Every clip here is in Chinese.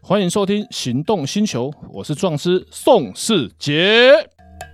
欢迎收听《行动星球》，我是壮师宋世杰。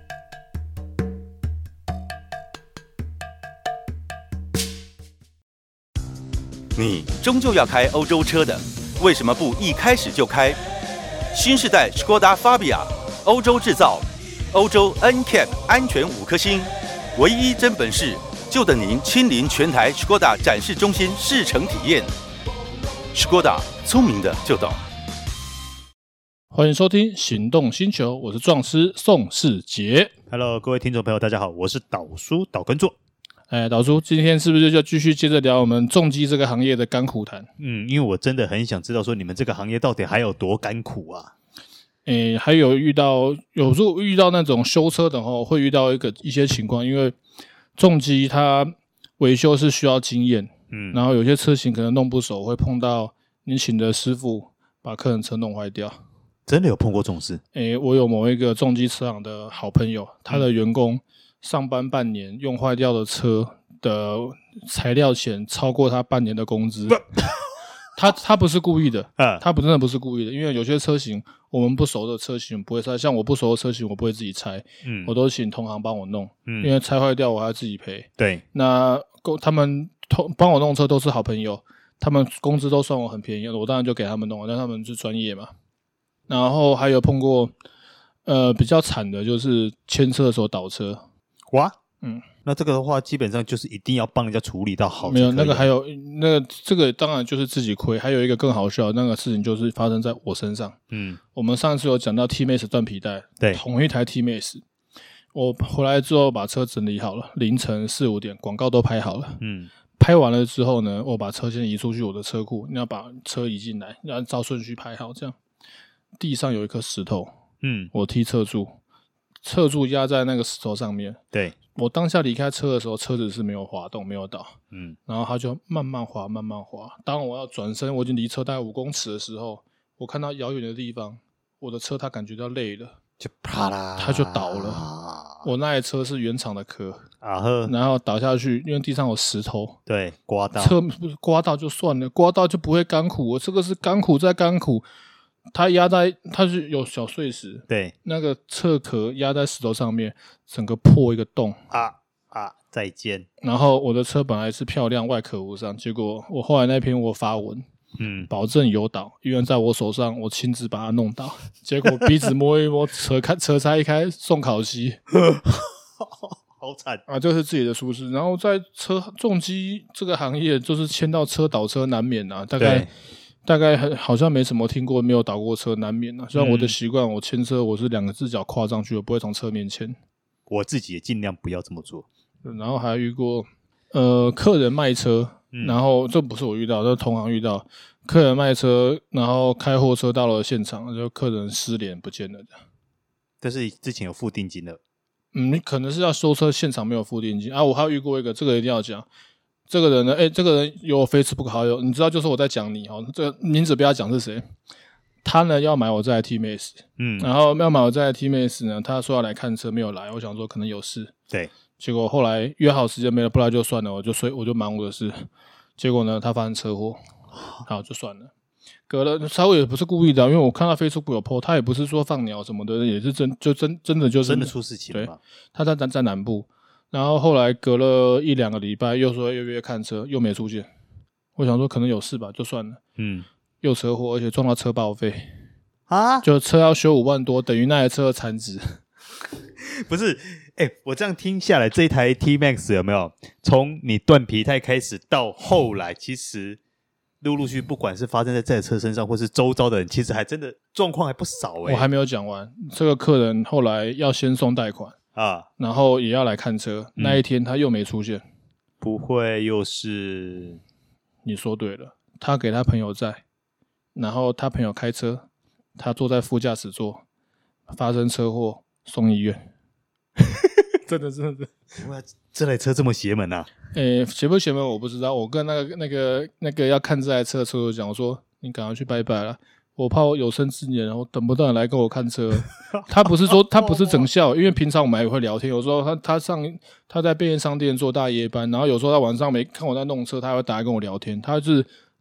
你终究要开欧洲车的，为什么不一开始就开？新世代 Skoda Fabia， 欧洲制造，欧洲 NCAP 安全5颗星，唯一真本事，就等您亲临全台 Skoda 展示中心试乘体验。Skoda， 聪明的就懂。 欢迎收听《行动星球》，我是壮师宋世杰。 Hello， 各位听众朋友，大家好，我是导叔导根座。 导叔，今天是不是就继续接着聊我们重机这个行业的甘苦谈？ 因为我真的很想知道说你们这个行业到底还有多甘苦啊？ 还有时候遇到那种修车的话，会遇到一些情况，因为重机它维修是需要经验，然后有些车型可能弄不熟，会碰到你请的师傅把客人车弄坏掉。 真的有碰过这种事？ 我有某一个重机车行的好朋友，他的员工上班半年用坏掉的车的材料钱超过他半年的工资。他不是故意的，他真的不是故意的，因为有些车型我们不熟的车型不会拆，像我不熟的车型我不会自己拆，我都请同行帮我弄，因为拆坏掉我还要自己赔。 对， 那他们帮我弄车都是好朋友，他们工资都算我很便宜，我当然就给他们弄了，但他们是专业嘛。然后还有碰过比较惨的就是牵车的时候倒车。 哇，那这个的话基本上就是一定要帮人家处理到好。没有， 那个还有这个当然就是自己亏，还有一个更好笑的那个事情就是发生在我身上。我们上次有讲到 T-Max 断皮带，对，同一台 T-Max， 我回来之后把车整理好了，凌晨4、5点广告都拍好了。拍完了之后呢，我把车先移出去我的车库，你要把车移进来，要按照顺序排好，这样。地上有一颗石头，我踢侧柱压在那个石头上面。对，我当下离开车的时候，车子是没有滑动，没有倒。然后它就慢慢滑，慢慢滑。当我要转身，我已经离车大概5公尺的时候，我看到遥远的地方，我的车它感觉到累了， 就啪啦， 它就倒了。我那台车是原厂的壳，然后倒下去，因为地上有石头，对，刮到。车刮到就算了，刮到就不会干苦。我这个是干苦再干苦。它是有小碎石，对，那个侧壳压在石头上面，整个破一个洞再见。 然后我的车本来是漂亮，外壳无伤，结果我后来那篇我发文，保证有倒，因为在我手上，我亲自把它弄倒，结果鼻子摸一摸，车拆一开，送烤漆， 好惨啊！这是自己的疏失。然后在重机这个行业，就是牵到车倒车难免啊，大概好像没什么听过没有倒过车难免啊。像我的习惯，我牵车我是2个只脚跨上去，我不会从侧面牵。 我自己也尽量不要这么做。 然后还遇过客人卖车，然后这不是我遇到，这是同行遇到，客人卖车，然后开货车到了现场，就客人失联不见了的。 但是之前有付定金的。 可能是要收车现场没有付定金啊。我还有遇过一个，这个一定要讲。这个人呢，这个人有我 Facebook 好友，你知道就是我在讲你这个名字不要讲是谁。他呢要买我这台 T-Max， 然后要买我这台 T-Max 呢，他说要来看车没有来，我想说可能有事。对，结果后来约好时间没了，不来就算了，我就忙我的事。结果呢，他发生车祸，好就算了。隔了车祸也不是故意的，因为我看到 Facebook 有 po， 他也不是说放鸟什么的，也是真的就是真的出事情了吧？ 他在南部。然后后来隔了1-2个礼拜，又说又约看车，又没出现。我想说可能有事吧，就算了。又车祸，而且撞到车报废啊！就车要修5万多，等于那台车的残值。 不是，我这样听下来，这一台 T-Max 有没有从你断皮带开始到后来，其实陆续不管是发生在这台车身上，或是周遭的人，其实还真的状况还不少。 我还没有讲完，这个客人后来要先送贷款。然后也要来看车，那一天他又没出现。 不会又是？ 你说对了，他给他朋友载，然后他朋友开车，他坐在副驾驶座，发生车祸送医院。真的哇，这台车这么邪门啊？ 邪不邪门我不知道，我跟那个要看这台车的车主讲，我说你赶快去拜拜了。我怕我有生之年，然后等不到人来跟我看车。他不是整校，因为平常我们还会聊天。有时候他在便利商店做大夜班，然后有时候他晚上没看我在弄车，他还会打来跟我聊天。他是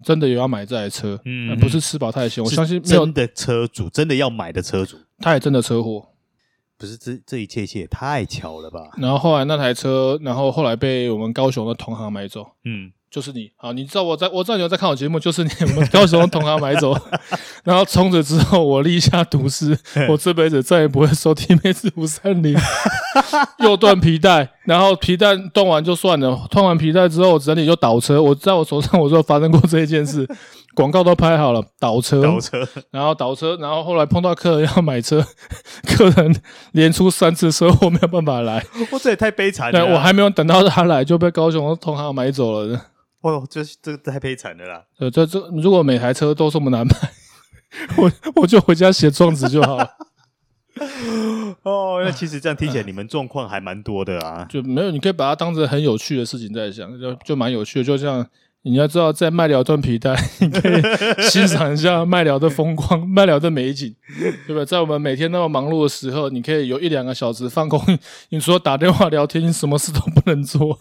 真的有要买这台车，不是吃饱太闲。我相信没有真的车主，真的要买的车主， 他也真的车祸。 不是这一切也太巧了吧？ 然后后来那台车，然后后来被我们高雄的同行买走。就是你，好，你知道我知道你有在看我节目，就是你，我们高雄的同行买走。然后从此之后，我立下赌誓，我这辈子再也不会收 T-Max 530。又断皮带，然后皮带断完就算了，断完皮带之后整体就倒车。我在我手上我就发生过这一件事，广告都拍好了，倒车，然后倒车，然后后来碰到客人要买车，客人连出3次车祸没有办法来， 这也太悲惨了。 我还没有等到他来就被高雄的同行买走了。 这太悲惨了啦！ 如果每台车都这么难买，我就回家写状纸就好了。 那其实这样听起来你们状况还蛮多的啊。 就没有，你可以把它当成很有趣的事情在想，就蛮有趣的。就像你要知道，在麦寮断皮带，你可以欣赏一下麦寮的风光、麦寮的美景，对吧？在我们每天那么忙碌的时候，你可以有1-2个小时放空。你除了打电话聊天，你什么事都不能做。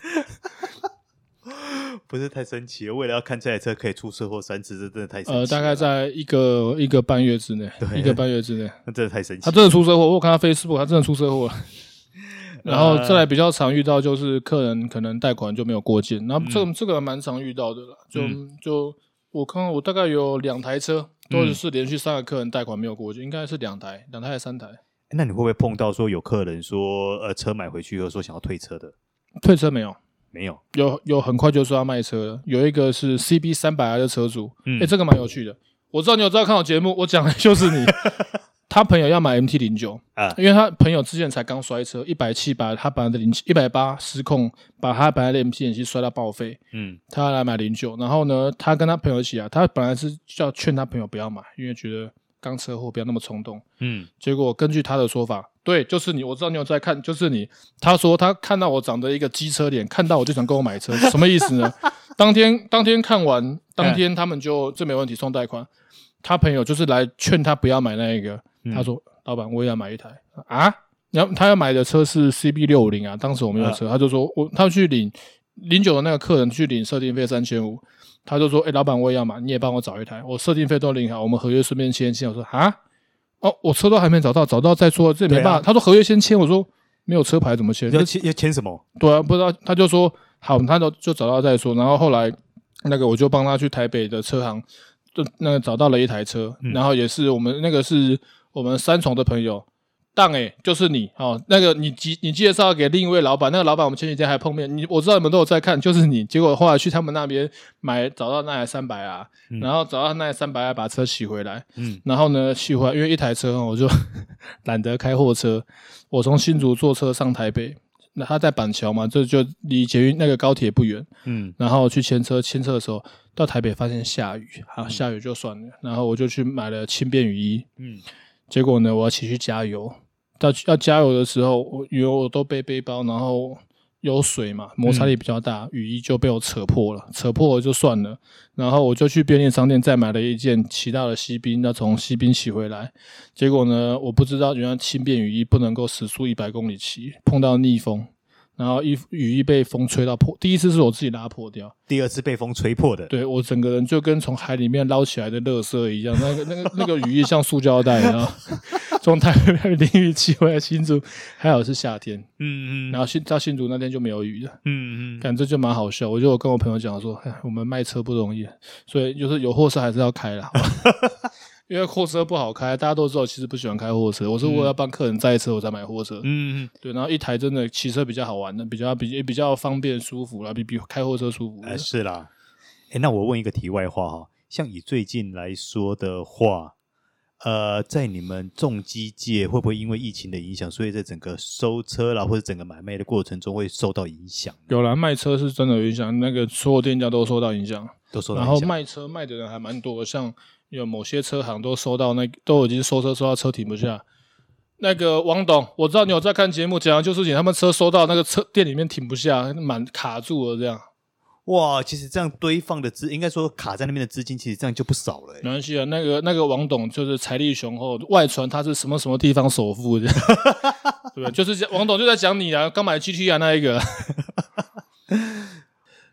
不是太神奇了，为了要看这台车可以出车祸3次，这真的太神奇了。 大概在一个半月之内，1个半月之内， 那真的太神奇了。 他真的出车祸，我看他 Facebook， 他真的出车祸了。然后再来比较常遇到就是客人可能贷款就没有过件，然后这个蛮常遇到的啦。就我看我大概有2台车都是连续3个客人贷款没有过件，应该是2台还是3台。 那你会不会碰到说有客人说车买回去以后说想要退车的？ 退车没有。 没有， 有很快就说要卖车了。有一个是 CB300i 的车主，这个蛮有趣的。我知道你有在看我节目，我讲的就是你。他朋友要买 MT-09 因为他朋友之前才刚摔车，170把他本来的180失控，把他本来的 MT-07 摔到报废。他要来买09，然后呢，他跟他朋友一起他本来是要劝他朋友不要买，因为觉得刚车祸不要那么冲动。结果根据他的说法，对，就是你，我知道你有在看，就是你。他说他看到我长得一个机车脸，看到我就想跟我买车，什么意思呢？当天看完，当天他们就这没问题送贷款。他朋友就是来劝他不要买那一个，他说老板我也要买一台啊，他要买的车是 CB650 啊，当时我没有车，他就说他去领09的那个客人去领设定费3500，他就说老板我也要买，你也帮我找一台，我设定费都领好，我们合约顺便签。我说啊。我车都还没找到再说，这没办法。他说合约先签，我说没有车牌怎么签？ 要签什么？ 对啊，不知道。他就说好，他就找到再说。然后后来那个我就帮他去台北的车行，就那个找到了一台车，然后也是我们那个是我们3重的朋友。就是你那个你介绍给另一位老板，那个老板我们前几天还碰面，我知道你们都有在看，就是你。结果后来去他们那边找到那台300R，然后找到那台300R把车骑回来，然后呢骑回来，因为一台车我就懒得开货车，我从新竹坐车上台北，那他在板桥嘛，这就离捷运那个高铁不远，然后去牵车的时候到台北发现下雨，下雨就算了，然后我就去买了轻便雨衣，结果呢我要骑去加油。要加油的时候，因为我都背背包，然后有水嘛，摩擦力比较大，雨衣就被我扯破了就算了。然后我就去便利商店再买了一件骑到了西滨，要从西滨骑回来。结果呢，我不知道原来轻便雨衣不能够时速100公里骑，碰到逆风，然后雨衣被风吹到破。第一次是我自己拉破掉， 第二次被风吹破的。 对，我整个人就跟从海里面捞起来的垃圾一样，那个雨衣像塑胶袋，然后从台北淋雨骑回来新竹，还好是夏天，然后到新竹那天就没有雨了，感觉就蛮好笑。我跟我朋友讲说，我们卖车不容易，所以就是有货车还是要开啦。因为货车不好开，大家都知道，其实不喜欢开货车。我是为了要帮客人载车，我才买货车。对，然后一台真的骑车比较好玩的，比较方便舒服啦，比开货车舒服。 是啦。那我问一个题外话哈，像以最近来说的话，在你们重机界会不会因为疫情的影响，所以在整个收车啦或者整个买卖的过程中会受到影响？有啦， 卖车是真的有影响，那个所有店家都受到影响， 然后卖车卖的人还蛮多的，像有某些车行都收到都已经收到车停不下。那个王董，我知道你有在看节目，讲的就是他们车收到那个车店里面停不下，卡住了这样。 哇，其实这样堆放的应该说卡在那边的资金，其实这样就不少了。 没关系啊，那个王董就是财力雄厚，外传他是什么地方首富的，对吧？就是王董就在讲你啊，刚买 GTR 那一个。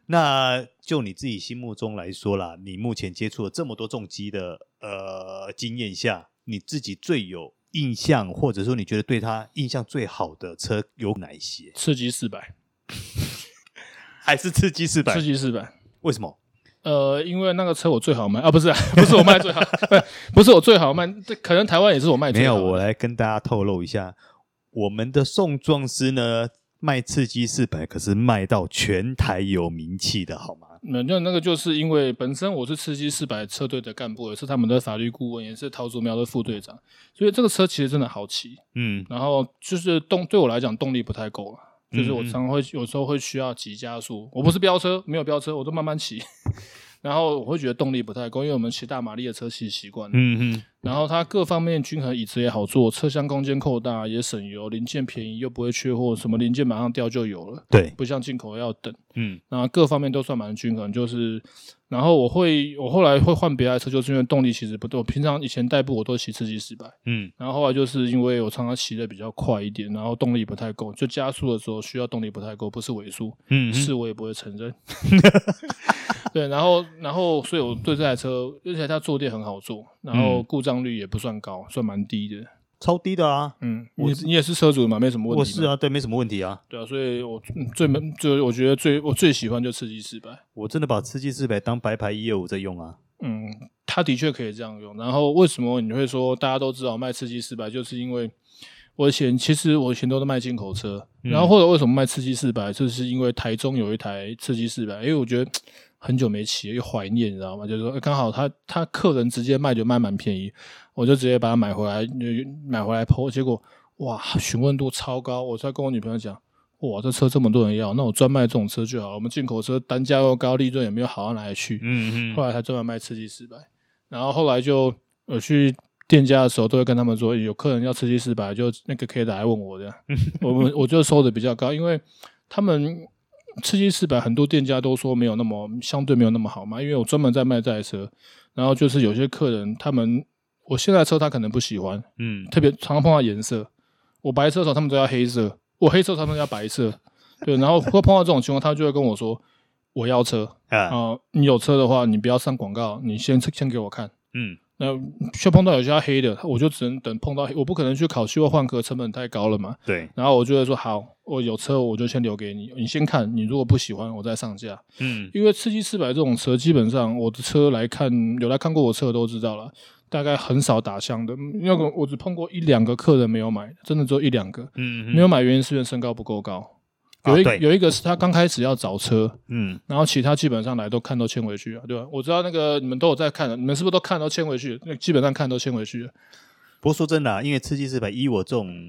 那就你自己心目中来说啦，你目前接触了这么多重机的经验下，你自己最有印象，或者说你觉得对他印象最好的车有哪一些？ 刺激400， 还是刺激400？ 刺激400， 为什么？ 因为那个车我最好卖啊，不是我卖最好，不是我最好卖，可能台湾也是我卖最好。 没有，我来跟大家透露一下，我们的宋壮师呢卖刺激400，可是卖到全台有名气的，好吗？ 那个就是因为本身我是刺激400车队的干部，也是他们的法律顾问，也是桃竹苗的副队长，所以这个车其实真的好骑。然后就是对我来讲动力不太够了。就是我常会有时候会需要急加速，我不是飙车，没有飙车，我都慢慢骑，然后我会觉得动力不太够，因为我们骑大马力的车骑习惯了。然后它各方面均衡，椅子也好坐，车厢空间够大，也省油，零件便宜又不会缺货，什么零件马上掉就有了， 对， 不像进口要等。然后各方面都算蛮均衡，就是然后我后来会换别的车，就是因为动力其实不对，我平常以前代步我都骑刺激400，然后后来就是因为我常常骑的比较快一点，然后动力不太够，就加速的时候需要动力不太够，不是尾速，是我也不会承认。对，然后所以我对这台车，而且它坐垫很好坐，然后故障率也不算高，算蛮低的。 超低的啊！ 你也是车主嘛，没什么问题。 我是啊，对，没什么问题啊。 对啊，所以我我觉得我最喜欢就刺激400。 我真的把刺激400当白牌125在用啊。 它的确可以这样用。然后为什么你会说大家都知道卖刺激400，就是因为我以前都是卖进口车，然后或者为什么卖刺激400，就是因为台中有一台刺激400，因为我觉得很久没骑，又怀念，你知道吗？就是说刚好他客人直接卖就卖蛮便宜，我就直接把它买回来抛，结果哇询问度超高，我在跟我女朋友讲，哇这车这么多人要，那我专卖这种车就好了，我们进口车单价又高，利润也没有好到哪里去。后来才专门卖刺激400，然后后来就去店家的时候都会跟他们说，有客人要刺激400，就那个可以来问我这样，我就收的比较高，因为他们刺激400很多店家都说相对没有那么好嘛，因为我专门在卖这台车，然后就是有些客人我现在的车他可能不喜欢，特别常常碰到颜色，我白色的时候他们都要黑色，我黑色他们要白色，对，然后会碰到这种情况，他就会跟我说我要车你有车的话你不要上广告，你先给我看，那却碰到有些要黑的，我就只能等碰到黑，我不可能去考期货换壳，成本太高了嘛。对，然后我就会说好，我有车我就先留给你，你先看，你如果不喜欢我再上架。因为刺激400这种车，基本上我的车有来看过我车的都知道了，大概很少打箱的，那个我只碰过1-2个客人没有买，真的只有1-2个。没有买原因是因为身高不够高。有一个是他刚开始要找车，然后其他基本上来都牵回去了，对吧？我知道那个你们都有在看的，你们是不是都看都牵回去？那基本上看都牵回去了。 不过说真的因为刺激400，以我这种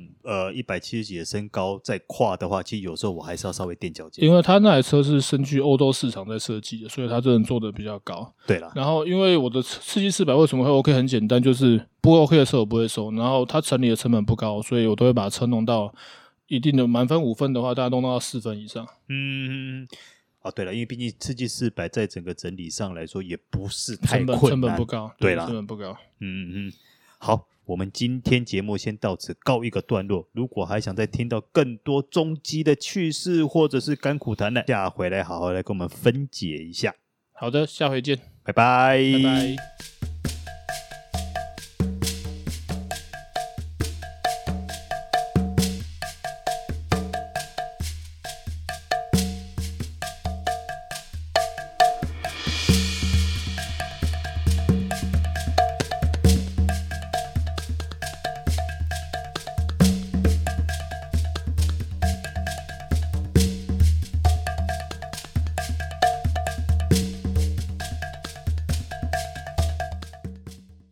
170几的身高再跨的话，其实有时候我还是要稍微垫脚尖， 因为他那台车是根据欧洲市场在设计的，所以他真的做的比较高。对啦，然后因为我的刺激400为什么会 OK， 很简单，就是不 OK 的车我不会收，然后它整理的成本不高，所以我都会把车弄到一定的满分5分的话，大家都弄到4分以上。 对了，因为毕竟刺激400在整个整理上来说也不是太困难， 成本不高， 对啦， 成本不高。 好，我们今天节目先到此告一个段落。如果还想再听到更多中机的趣事或者是甘苦谈呢，下回来好好来跟我们分解一下。 好的，下回见， 拜拜， 拜拜。